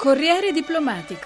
Corriere diplomatico.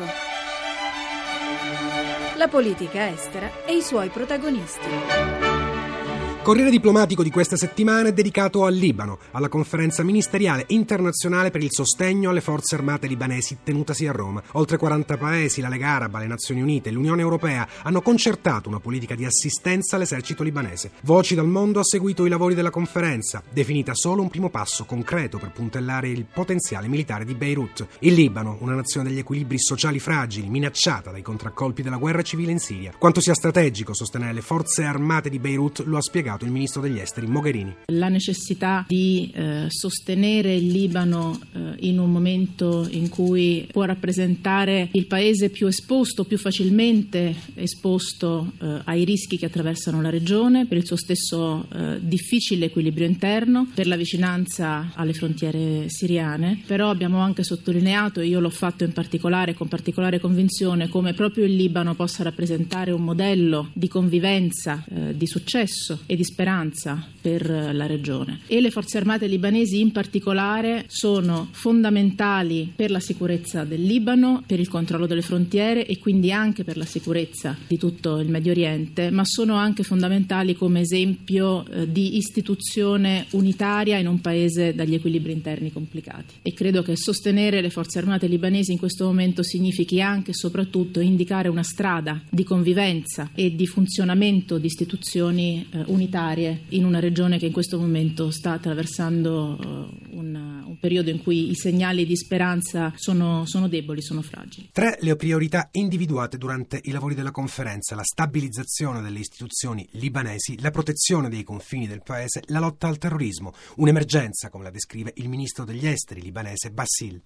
La politica estera e i suoi protagonisti. Corriere diplomatico di questa settimana è dedicato al Libano, alla conferenza ministeriale internazionale per il sostegno alle forze armate libanesi tenutasi a Roma. Oltre 40 paesi, la Lega Araba, le Nazioni Unite e l'Unione Europea hanno concertato una politica di assistenza all'esercito libanese. Voci dal mondo ha seguito i lavori della conferenza, definita solo un primo passo concreto per puntellare il potenziale militare di Beirut. Il Libano, una nazione degli equilibri sociali fragili, minacciata dai contraccolpi della guerra civile in Siria. Quanto sia strategico sostenere le forze armate di Beirut lo ha spiegato il ministro degli esteri Mogherini. La necessità di sostenere il Libano in un momento in cui può rappresentare il paese più esposto, più facilmente esposto ai rischi che attraversano la regione, per il suo stesso difficile equilibrio interno, per la vicinanza alle frontiere siriane. Però abbiamo anche sottolineato, e io l'ho fatto in particolare con particolare convinzione, come proprio il Libano possa rappresentare un modello di convivenza, di successo e di speranza per la regione. E le forze armate libanesi in particolare sono fondamentali per la sicurezza del Libano, per il controllo delle frontiere e quindi anche per la sicurezza di tutto il Medio Oriente, ma sono anche fondamentali come esempio di istituzione unitaria in un paese dagli equilibri interni complicati. E credo che sostenere le forze armate libanesi in questo momento significhi anche e soprattutto indicare una strada di convivenza e di funzionamento di istituzioni unitarie in una regione che in questo momento sta attraversando un periodo in cui i segnali di speranza sono deboli, sono fragili. 3 le priorità individuate durante i lavori della conferenza: la stabilizzazione delle istituzioni libanesi, la protezione dei confini del paese, la lotta al terrorismo, un'emergenza come la descrive il ministro degli esteri libanese Bassil.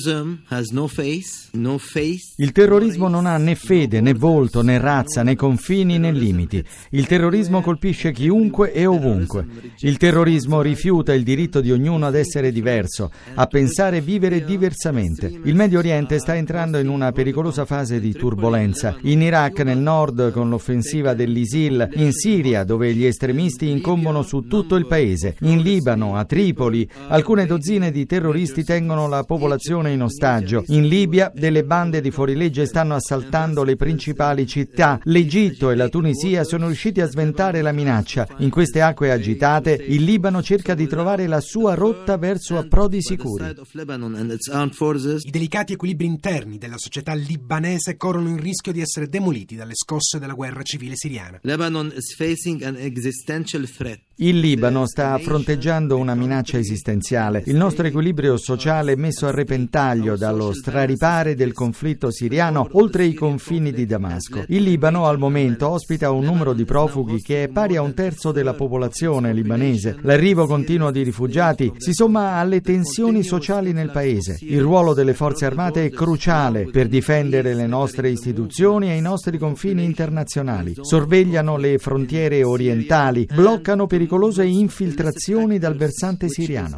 Il terrorismo non ha né fede, né volto, né razza, né confini, né limiti. Il terrorismo colpisce chiunque e ovunque. Il terrorismo rifiuta il diritto di ognuno ad essere diverso, a pensare e vivere diversamente. Il Medio Oriente sta entrando in una pericolosa fase di turbolenza. In Iraq, nel nord, con l'offensiva dell'ISIL, in Siria, dove gli estremisti incombono su tutto il paese, in Libano, a Tripoli, alcune dozzine di terroristi tengono la popolazione in ostaggio. In Libia, delle bande di fuorilegge stanno assaltando le principali città. L'Egitto e la Tunisia sono riusciti a sventare la minaccia. In queste acque agitate, il Libano cerca di trovare la sua rotta verso approdi sicuri. I delicati equilibri interni della società libanese corrono il rischio di essere demoliti dalle scosse della guerra civile siriana. Il Libano sta fronteggiando una minaccia esistenziale. Il nostro equilibrio sociale è messo a repentaglio dallo straripare del conflitto siriano oltre i confini di Damasco. Il Libano al momento ospita un numero di profughi che è pari a 1/3 della popolazione libanese. L'arrivo continuo di rifugiati si somma alle tensioni sociali nel paese. Il ruolo delle forze armate è cruciale per difendere le nostre istituzioni e i nostri confini internazionali. Sorvegliano le frontiere orientali, bloccano pericolose infiltrazioni dal versante siriano.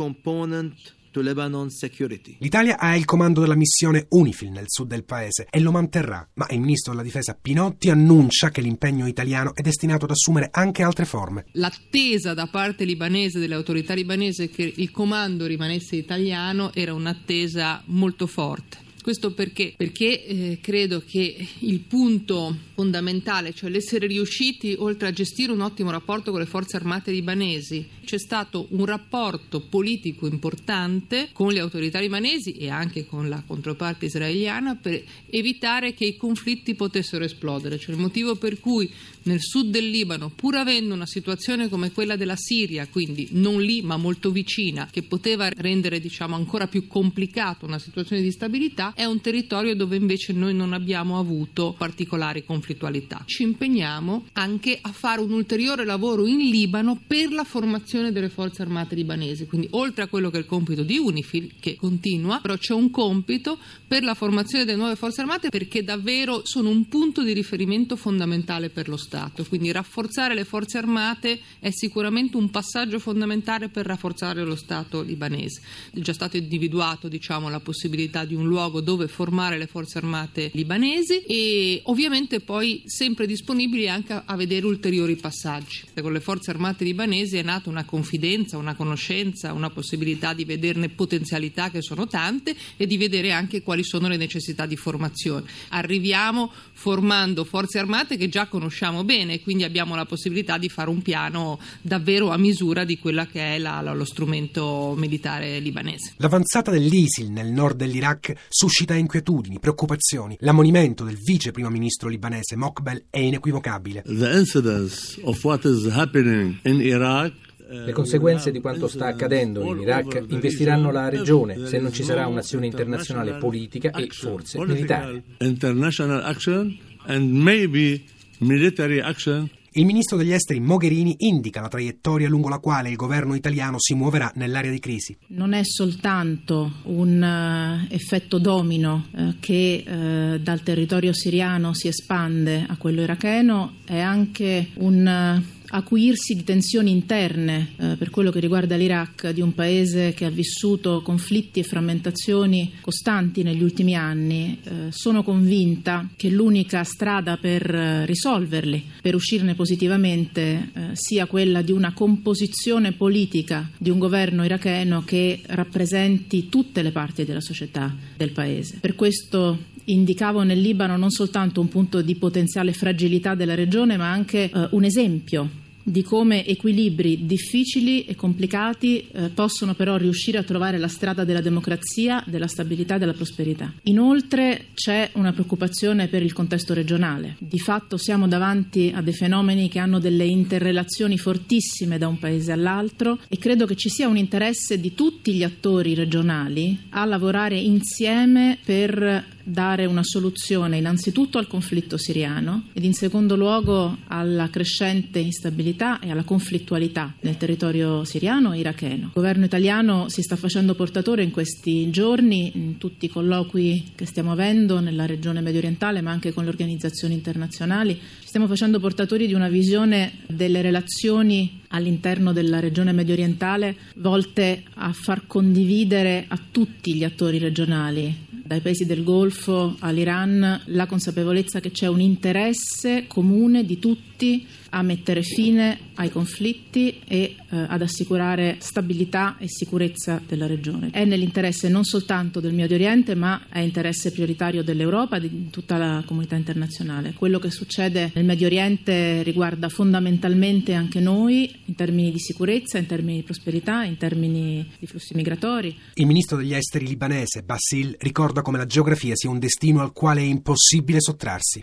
L'Italia ha il comando della missione UNIFIL nel sud del paese e lo manterrà, ma il ministro della difesa Pinotti annuncia che l'impegno italiano è destinato ad assumere anche altre forme. L'attesa da parte libanese, delle autorità libanesi, che il comando rimanesse italiano era un'attesa molto forte. Questo perché? Perché credo che il punto fondamentale, cioè l'essere riusciti, oltre a gestire un ottimo rapporto con le forze armate libanesi, c'è stato un rapporto politico importante con le autorità libanesi e anche con la controparte israeliana per evitare che i conflitti potessero esplodere. Cioè il motivo per cui nel sud del Libano, pur avendo una situazione come quella della Siria, quindi non lì ma molto vicina, che poteva rendere ancora più complicata una situazione di stabilità, è un territorio dove invece noi non abbiamo avuto particolari conflittualità. Ci impegniamo anche a fare un ulteriore lavoro in Libano per la formazione delle forze armate libanesi, quindi oltre a quello che è il compito di UNIFIL, che continua, però c'è un compito per la formazione delle nuove forze armate, perché davvero sono un punto di riferimento fondamentale per lo Stato, quindi rafforzare le forze armate è sicuramente un passaggio fondamentale per rafforzare lo Stato libanese. È già stato individuato la possibilità di un luogo luogo dove formare le forze armate libanesi e ovviamente poi sempre disponibili anche a vedere ulteriori passaggi. Con le forze armate libanesi è nata una confidenza, una conoscenza, una possibilità di vederne potenzialità che sono tante e di vedere anche quali sono le necessità di formazione. Arriviamo formando forze armate che già conosciamo bene, quindi abbiamo la possibilità di fare un piano davvero a misura di quella che è lo strumento militare libanese. L'avanzata dell'ISIL nel nord dell'Iraq suscita inquietudini, preoccupazioni. L'ammonimento del vice primo ministro libanese Mokbel è inequivocabile. The incidence of what is happening in Iraq. Le conseguenze di quanto sta accadendo in Iraq investiranno la regione se non ci sarà un'azione internazionale politica e forse militare. International action and maybe military action. Il ministro degli esteri Mogherini indica la traiettoria lungo la quale il governo italiano si muoverà nell'area di crisi. Non è soltanto un effetto domino che dal territorio siriano si espande a quello iracheno, è anche un acuirsi di tensioni interne per quello che riguarda l'Iraq, di un paese che ha vissuto conflitti e frammentazioni costanti negli ultimi anni. Sono convinta che l'unica strada per risolverli, per uscirne positivamente, sia quella di una composizione politica di un governo iracheno che rappresenti tutte le parti della società del paese. Per questo indicavo nel Libano non soltanto un punto di potenziale fragilità della regione, ma anche un esempio di come equilibri difficili e complicati possono però riuscire a trovare la strada della democrazia, della stabilità e della prosperità. Inoltre c'è una preoccupazione per il contesto regionale. Di fatto siamo davanti a dei fenomeni che hanno delle interrelazioni fortissime da un paese all'altro e credo che ci sia un interesse di tutti gli attori regionali a lavorare insieme per dare una soluzione innanzitutto al conflitto siriano ed in secondo luogo alla crescente instabilità e alla conflittualità nel territorio siriano e iracheno. Il governo italiano si sta facendo portatore in questi giorni, in tutti i colloqui che stiamo avendo nella regione mediorientale ma anche con le organizzazioni internazionali, stiamo facendo portatori di una visione delle relazioni all'interno della regione mediorientale volte a far condividere a tutti gli attori regionali, dai paesi del Golfo all'Iran, la consapevolezza che c'è un interesse comune di tutti a mettere fine ai conflitti e ad assicurare stabilità e sicurezza della regione. È nell'interesse non soltanto del Medio Oriente, ma è interesse prioritario dell'Europa e di tutta la comunità internazionale. Quello che succede nel Medio Oriente riguarda fondamentalmente anche noi in termini di sicurezza, in termini di prosperità, in termini di flussi migratori. Il ministro degli esteri libanese Bassil ricorda come la geografia sia un destino al quale è impossibile sottrarsi.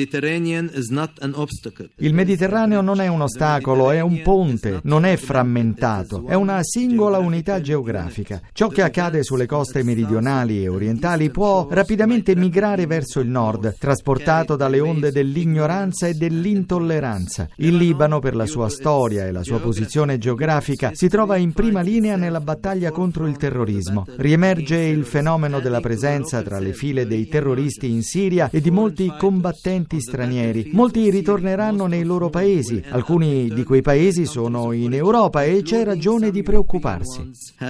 Il Mediterraneo non è un ostacolo, è un ponte, non è frammentato, è una singola unità geografica. Ciò che accade sulle coste meridionali e orientali può rapidamente migrare verso il nord, trasportato dalle onde dell'ignoranza e dell'intolleranza. Il Libano, per la sua storia e la sua posizione geografica, si trova in prima linea nella battaglia contro il terrorismo. Riemerge il fenomeno della presenza tra le file dei terroristi in Siria e di molti combattenti stranieri. Molti ritorneranno nei loro paesi, alcuni di quei paesi sono in Europa e c'è ragione di preoccuparsi.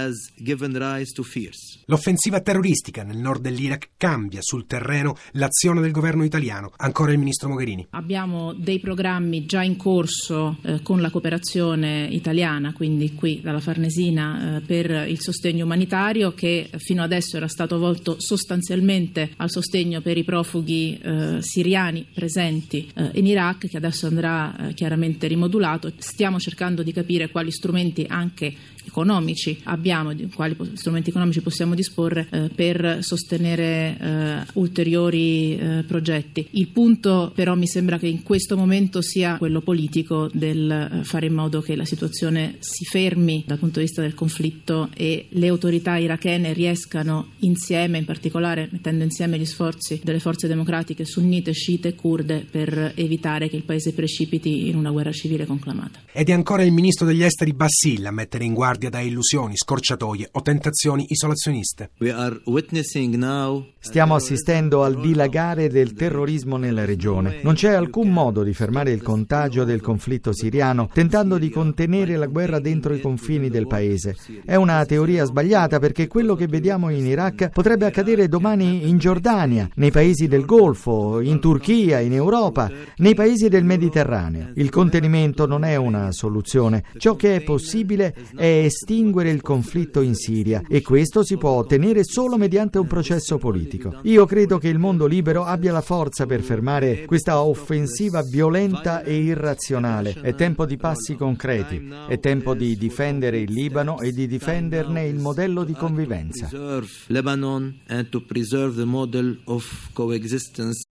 L'offensiva terroristica nel nord dell'Iraq cambia sul terreno l'azione del governo italiano. Ancora il ministro Mogherini. Abbiamo dei programmi già in corso con la cooperazione italiana, quindi qui dalla Farnesina, per il sostegno umanitario che fino adesso era stato volto sostanzialmente al sostegno per i profughi siriani presenti in Iraq, che adesso andrà chiaramente rimodulato. Stiamo cercando di capire quali strumenti anche economici abbiamo, di quali strumenti economici possiamo disporre per sostenere ulteriori progetti. Il punto però mi sembra che in questo momento sia quello politico del fare in modo che la situazione si fermi dal punto di vista del conflitto e le autorità irachene riescano insieme, in particolare mettendo insieme gli sforzi delle forze democratiche sunnite, sciite e kurde, per evitare che il paese precipiti in una guerra civile conclamata. Ed è ancora il ministro degli esteri Bassil a mettere in guardia guardia da illusioni, scorciatoie o tentazioni isolazioniste. Stiamo assistendo al dilagare del terrorismo nella regione. Non c'è alcun modo di fermare il contagio del conflitto siriano, tentando di contenere la guerra dentro i confini del paese. È una teoria sbagliata, perché quello che vediamo in Iraq potrebbe accadere domani in Giordania, nei paesi del Golfo, in Turchia, in Europa, nei paesi del Mediterraneo. Il contenimento non è una soluzione. Ciò che è possibile è estinguere il conflitto in Siria, e questo si può ottenere solo mediante un processo politico. Io credo che il mondo libero abbia la forza per fermare questa offensiva violenta e irrazionale. È tempo di passi concreti, è tempo di difendere il Libano e di difenderne il modello di convivenza.